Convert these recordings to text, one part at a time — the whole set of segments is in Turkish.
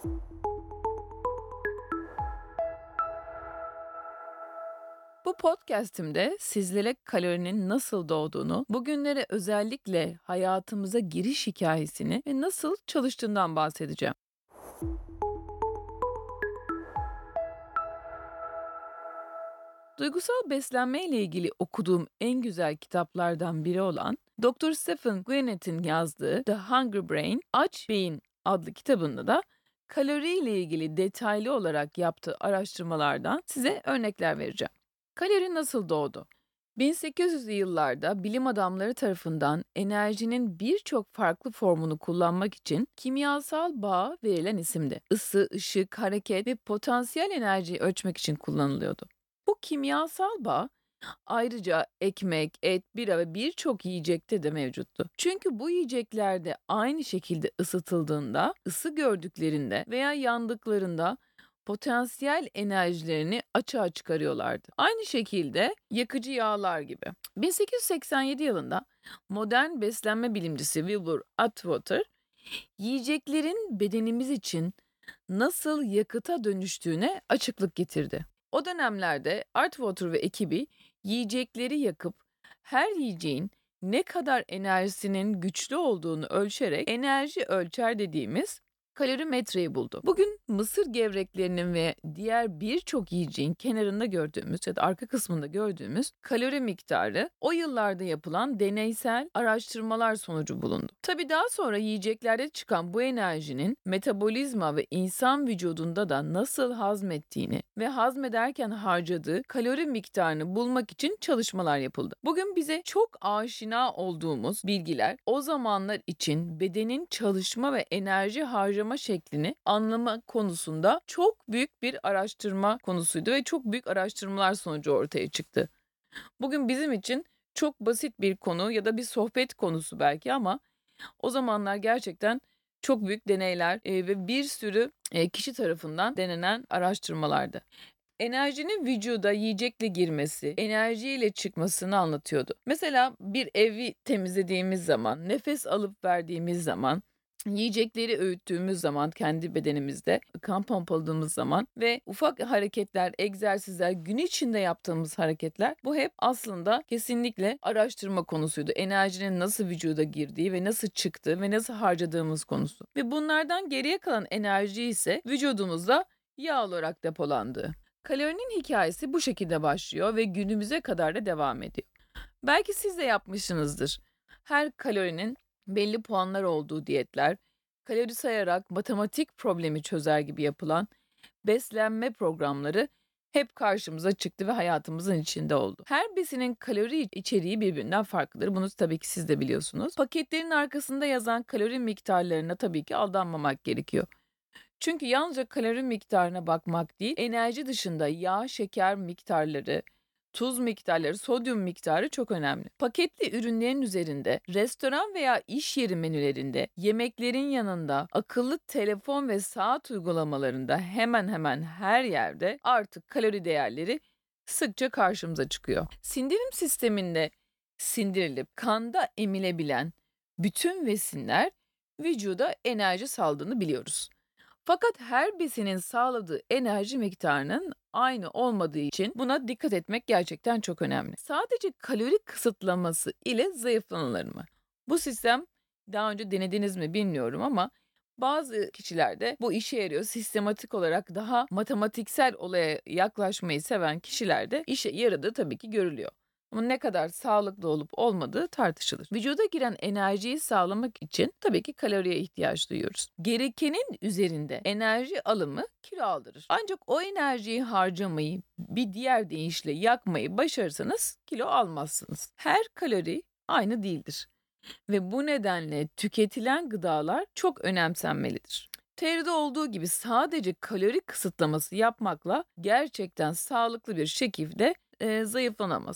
Bu podcast'imde sizlere kalorinin nasıl doğduğunu, bugünlere özellikle hayatımıza giriş hikayesini ve nasıl çalıştığından bahsedeceğim. Duygusal beslenme ile ilgili okuduğum en güzel kitaplardan biri olan Dr. Stephen Guyenet'in yazdığı The Hungry Brain, Aç Beyin adlı kitabında da kalori ile ilgili detaylı olarak yaptığı araştırmalardan size örnekler vereceğim. Kalori nasıl doğdu? 1800'lü yıllarda bilim adamları tarafından enerjinin birçok farklı formunu kullanmak için kimyasal bağ verilen isimdi. Isı, ışık, hareket ve potansiyel enerjiyi ölçmek için kullanılıyordu. Bu kimyasal bağ ayrıca ekmek, et, bira ve birçok yiyecekte de mevcuttu. Çünkü bu yiyeceklerde aynı şekilde ısıtıldığında, ısı gördüklerinde veya yandıklarında potansiyel enerjilerini açığa çıkarıyorlardı. Aynı şekilde yakıcı yağlar gibi. 1887 yılında modern beslenme bilimcisi Wilbur Atwater, yiyeceklerin bedenimiz için nasıl yakıta dönüştüğüne açıklık getirdi. O dönemlerde Atwater ve ekibi yiyecekleri yakıp her yiyeceğin ne kadar enerjisinin güçlü olduğunu ölçerek enerji ölçer dediğimiz kalorimetreyi buldu. Bugün mısır gevreklerinin ve diğer birçok yiyeceğin kenarında gördüğümüz ya da arka kısmında gördüğümüz kalori miktarı o yıllarda yapılan deneysel araştırmalar sonucu bulundu. Tabii daha sonra yiyeceklerde çıkan bu enerjinin metabolizma ve insan vücudunda da nasıl hazmettiğini ve hazmederken harcadığı kalori miktarını bulmak için çalışmalar yapıldı. Bugün bize çok aşina olduğumuz bilgiler o zamanlar için bedenin çalışma ve enerji harcama şeklini anlama konusunda çok büyük bir araştırma konusuydu ve çok büyük araştırmalar sonucu ortaya çıktı. Bugün bizim için çok basit bir konu ya da bir sohbet konusu belki ama o zamanlar gerçekten çok büyük deneyler ve bir sürü kişi tarafından denenen araştırmalardı. Enerjinin vücuda yiyecekle girmesi, enerjiyle çıkmasını anlatıyordu. Mesela bir evi temizlediğimiz zaman, nefes alıp verdiğimiz zaman, yiyecekleri öğüttüğümüz zaman kendi bedenimizde, kan pompaladığımız zaman ve ufak hareketler, egzersizler, gün içinde yaptığımız hareketler bu hep aslında kesinlikle araştırma konusuydu. Enerjinin nasıl vücuda girdiği ve nasıl çıktığı ve nasıl harcadığımız konusu. Ve bunlardan geriye kalan enerji ise vücudumuzda yağ olarak depolandığı. Kalorinin hikayesi bu şekilde başlıyor ve günümüze kadar da devam ediyor. Belki siz de yapmışsınızdır. Her kalorinin belli puanlar olduğu diyetler, kalori sayarak matematik problemi çözer gibi yapılan beslenme programları hep karşımıza çıktı ve hayatımızın içinde oldu. Her besinin kalori içeriği birbirinden farklıdır. Bunu tabii ki siz de biliyorsunuz. Paketlerin arkasında yazan kalori miktarlarına tabii ki aldanmamak gerekiyor. Çünkü yalnızca kalori miktarına bakmak değil, enerji dışında yağ, şeker miktarları, tuz miktarları, sodyum miktarı çok önemli. Paketli ürünlerin üzerinde, restoran veya iş yeri menülerinde, yemeklerin yanında, akıllı telefon ve saat uygulamalarında hemen hemen her yerde artık kalori değerleri sıkça karşımıza çıkıyor. Sindirim sisteminde sindirilip kanda emilebilen bütün besinler vücuda enerji saldığını biliyoruz. Fakat her besinin sağladığı enerji miktarının aynı olmadığı için buna dikkat etmek gerçekten çok önemli. Sadece kalori kısıtlaması ile zayıflanılır mı? Bu sistem daha önce denediniz mi bilmiyorum ama bazı kişilerde bu işe yarıyor. Sistematik olarak daha matematiksel olaya yaklaşmayı seven kişilerde işe yaradığı tabii ki görülüyor. Ama ne kadar sağlıklı olup olmadığı tartışılır. Vücuda giren enerjiyi sağlamak için tabii ki kaloriye ihtiyaç duyuyoruz. Gerekenin üzerinde enerji alımı kilo aldırır. Ancak o enerjiyi harcamayı, bir diğer deyişle yakmayı başarırsanız kilo almazsınız. Her kalori aynı değildir. Ve bu nedenle tüketilen gıdalar çok önemsenmelidir. Teoride olduğu gibi sadece kalori kısıtlaması yapmakla gerçekten sağlıklı bir şekilde zayıflanamaz.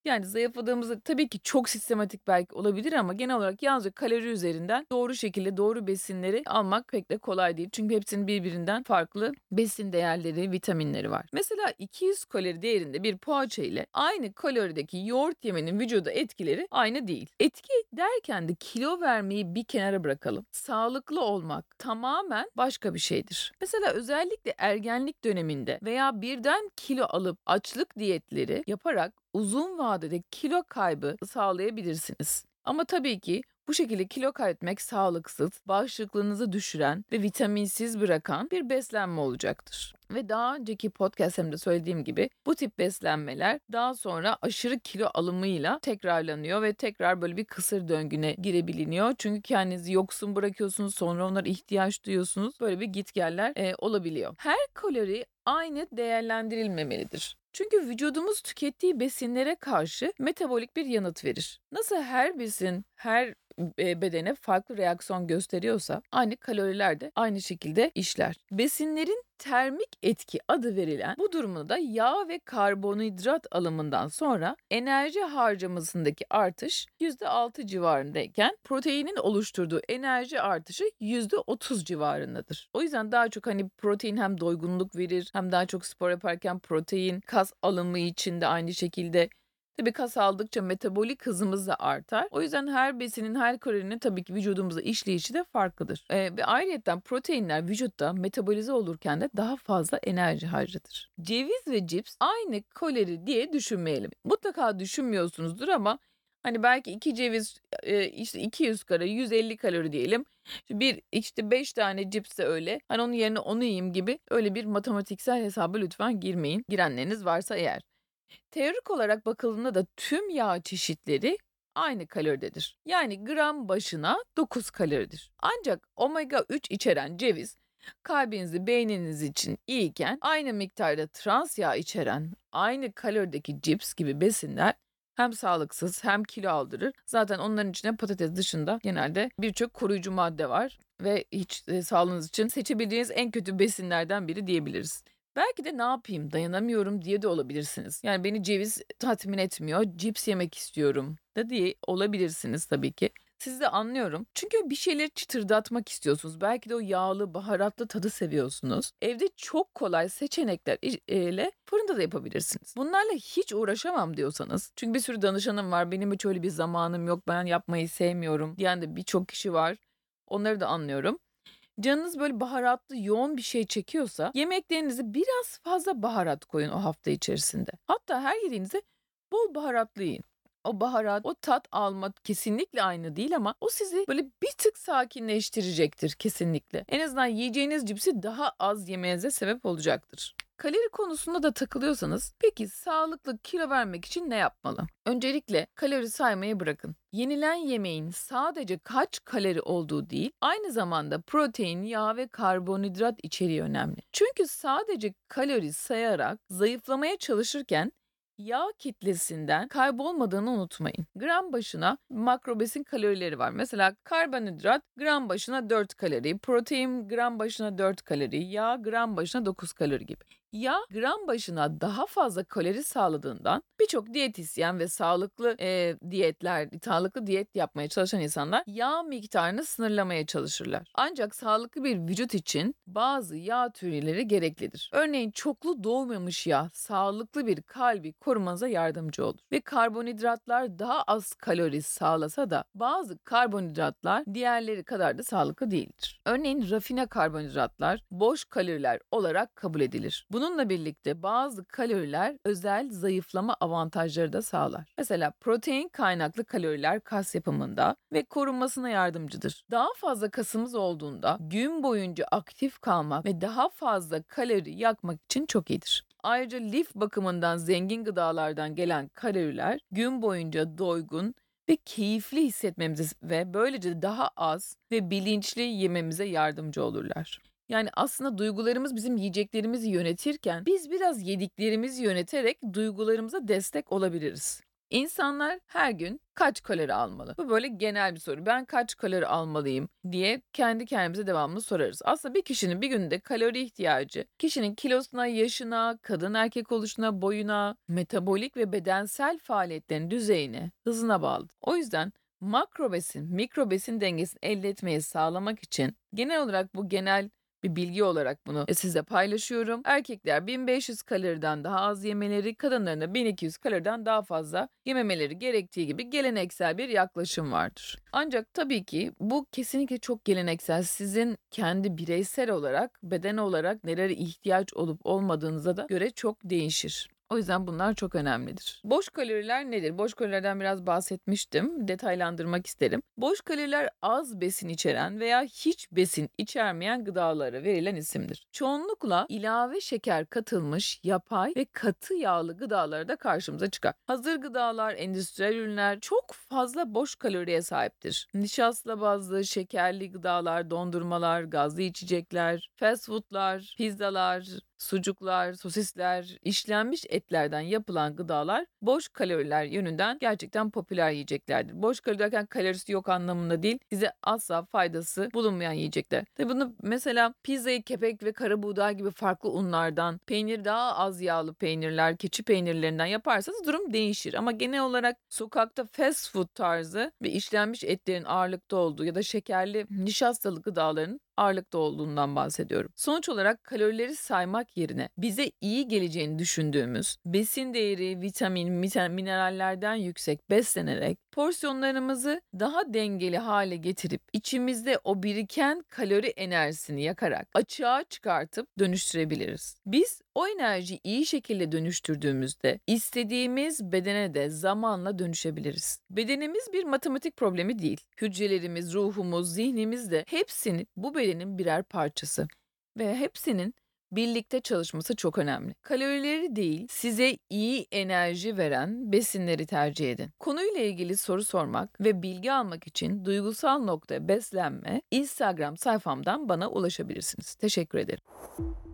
Yani zayıfladığımızda tabii ki çok sistematik belki olabilir ama genel olarak yalnızca kalori üzerinden doğru şekilde doğru besinleri almak pek de kolay değil. Çünkü hepsinin birbirinden farklı besin değerleri, vitaminleri var. Mesela 200 kalori değerinde bir poğaça ile aynı kalorideki yoğurt yemenin vücuda etkileri aynı değil. Etki derken de kilo vermeyi bir kenara bırakalım. Sağlıklı olmak tamamen başka bir şeydir. Mesela özellikle ergenlik döneminde veya birden kilo alıp açlık diyetleri yaparak uzun vadede kilo kaybı sağlayabilirsiniz. Ama tabii ki bu şekilde kilo kaybetmek sağlıksız, bağışıklığınızı düşüren ve vitaminsiz bırakan bir beslenme olacaktır. Ve daha önceki podcast'ımda söylediğim gibi bu tip beslenmeler daha sonra aşırı kilo alımıyla tekrarlanıyor ve tekrar böyle bir kısır döngüne girebiliniyor. Çünkü kendinizi yoksun bırakıyorsunuz, sonra onlara ihtiyaç duyuyorsunuz. Böyle bir gitgeller olabiliyor. Her kalori aynı değerlendirilmemelidir. Çünkü vücudumuz tükettiği besinlere karşı metabolik bir yanıt verir. Nasıl her besin her bedene farklı reaksiyon gösteriyorsa aynı kaloriler de aynı şekilde işler. Besinlerin termik etki adı verilen bu durumda yağ ve karbonhidrat alımından sonra enerji harcamasındaki artış %6 civarındayken proteinin oluşturduğu enerji artışı %30 civarındadır. O yüzden daha çok protein hem doygunluk verir hem daha çok spor yaparken protein kas alımı için de aynı şekilde. Tabii kas aldıkça metabolik hızımız da artar. O yüzden her besinin, her kalorinin tabii ki vücudumuza işleyişi de farklıdır. Ve ayrıyeten proteinler vücutta metabolize olurken de daha fazla enerji harcadır. Ceviz ve cips aynı kalori diye düşünmeyelim. Mutlaka düşünmüyorsunuzdur ama belki 2 ceviz işte 200 kalori, 150 kalori diyelim. İşte 5 tane cips de öyle. Onun yerine onu yiyeyim gibi öyle bir matematiksel hesaba lütfen girmeyin. Girenleriniz varsa eğer. Teorik olarak bakıldığında da tüm yağ çeşitleri aynı kaloridedir. Yani gram başına 9 kaloridir. Ancak omega 3 içeren ceviz kalbinizi, beyniniz için iyiyken aynı miktarda trans yağ içeren aynı kalorideki cips gibi besinler hem sağlıksız hem kilo aldırır. Zaten onların içinde patates dışında genelde birçok koruyucu madde var ve hiç sağlığınız için seçebileceğiniz en kötü besinlerden biri diyebiliriz. Belki de ne yapayım, dayanamıyorum diye de olabilirsiniz. Yani beni ceviz tatmin etmiyor, cips yemek istiyorum da diye olabilirsiniz tabii ki. Sizi de anlıyorum. Çünkü bir şeyleri çıtırdatmak istiyorsunuz. Belki de o yağlı, baharatlı tadı seviyorsunuz. Evde çok kolay seçenekler ile fırında da yapabilirsiniz. Bunlarla hiç uğraşamam diyorsanız. Çünkü bir sürü danışanım var. Benim hiç öyle bir zamanım yok. Ben yapmayı sevmiyorum diyen de birçok kişi var. Onları da anlıyorum. Canınız böyle baharatlı, yoğun bir şey çekiyorsa yemeklerinize biraz fazla baharat koyun o hafta içerisinde. Hatta her yediğinizde bol baharatlı yiyin. O baharat, o tat alma kesinlikle aynı değil ama o sizi böyle bir tık sakinleştirecektir kesinlikle. En azından yiyeceğiniz cipsi daha az yemenize sebep olacaktır. Kalori konusunda da takılıyorsanız peki sağlıklı kilo vermek için ne yapmalı? Öncelikle kalori saymayı bırakın. Yenilen yemeğin sadece kaç kalori olduğu değil, aynı zamanda protein, yağ ve karbonhidrat içeriği önemli. Çünkü sadece kalori sayarak zayıflamaya çalışırken yağ kitlesinden kaybolmadığını unutmayın. Gram başına makrobesin kalorileri var. Mesela karbonhidrat gram başına 4 kalori, protein gram başına 4 kalori, yağ gram başına 9 kalori gibi. Yağ gram başına daha fazla kalori sağladığından birçok diyetisyen ve sağlıklı diyet yapmaya çalışan insanlar yağ miktarını sınırlamaya çalışırlar. Ancak sağlıklı bir vücut için bazı yağ türleri gereklidir. Örneğin çoklu doğmamış yağ sağlıklı bir kalbi korumanıza yardımcı olur. Ve karbonhidratlar daha az kalori sağlasa da bazı karbonhidratlar diğerleri kadar da sağlıklı değildir. Örneğin rafine karbonhidratlar boş kaloriler olarak kabul edilir. Bununla birlikte bazı kaloriler özel zayıflama avantajları da sağlar. Mesela protein kaynaklı kaloriler kas yapımında ve korunmasına yardımcıdır. Daha fazla kasımız olduğunda gün boyunca aktif kalmak ve daha fazla kalori yakmak için çok iyidir. Ayrıca lif bakımından zengin gıdalardan gelen kaloriler gün boyunca doygun ve keyifli hissetmemize ve böylece daha az ve bilinçli yememize yardımcı olurlar. Yani aslında duygularımız bizim yiyeceklerimizi yönetirken biz biraz yediklerimizi yöneterek duygularımıza destek olabiliriz. İnsanlar her gün kaç kalori almalı? Bu böyle genel bir soru. Ben kaç kalori almalıyım diye kendi kendimize devamlı sorarız. Aslında bir kişinin bir günde kalori ihtiyacı kişinin kilosuna, yaşına, kadın erkek oluşuna, boyuna, metabolik ve bedensel faaliyetlerin düzeyine, hızına bağlı. O yüzden makro besin, mikro besin dengesini elde etmeyi sağlamak için genel olarak bu genel bir bilgi olarak bunu size paylaşıyorum. Erkekler 1500 kaloriden daha az yemeleri, kadınların da 1200 kaloriden daha fazla yememeleri gerektiği gibi geleneksel bir yaklaşım vardır. Ancak tabii ki bu kesinlikle çok geleneksel. Sizin kendi bireysel olarak, beden olarak nelere ihtiyaç olup olmadığınıza da göre çok değişir. O yüzden bunlar çok önemlidir. Boş kaloriler nedir? Boş kalorilerden biraz bahsetmiştim. Detaylandırmak isterim. Boş kaloriler az besin içeren veya hiç besin içermeyen gıdalara verilen isimdir. Çoğunlukla ilave şeker katılmış yapay ve katı yağlı gıdalara da karşımıza çıkar. Hazır gıdalar, endüstriyel ürünler çok fazla boş kaloriye sahiptir. Nişasta bazlı, şekerli gıdalar, dondurmalar, gazlı içecekler, fast foodlar, pizzalar, sucuklar, sosisler, işlenmiş etlerden yapılan gıdalar boş kaloriler yönünden gerçekten popüler yiyeceklerdir. Boş kalori derken kalorisi yok anlamında değil, size asla faydası bulunmayan yiyecekler. Tabii bunu mesela pizzayı kepek ve kara buğday gibi farklı unlardan, peynir daha az yağlı peynirler, keçi peynirlerinden yaparsanız durum değişir. Ama genel olarak sokakta fast food tarzı ve işlenmiş etlerin ağırlıkta olduğu ya da şekerli, nişastalı gıdaların ağırlıkta olduğundan bahsediyorum. Sonuç olarak kalorileri saymak yerine bize iyi geleceğini düşündüğümüz besin değeri, vitamin, minerallerden yüksek beslenerek porsiyonlarımızı daha dengeli hale getirip içimizde o biriken kalori enerjisini yakarak açığa çıkartıp dönüştürebiliriz. Biz o enerjiyi iyi şekilde dönüştürdüğümüzde istediğimiz bedene de zamanla dönüşebiliriz. Bedenimiz bir matematik problemi değil. Hücrelerimiz, ruhumuz, zihnimiz de hepsinin bu bedenin birer parçası ve hepsinin birlikte çalışması çok önemli. Kalorileri değil, size iyi enerji veren besinleri tercih edin. Konuyla ilgili soru sormak ve bilgi almak için duygusal nokta beslenme Instagram sayfamdan bana ulaşabilirsiniz. Teşekkür ederim.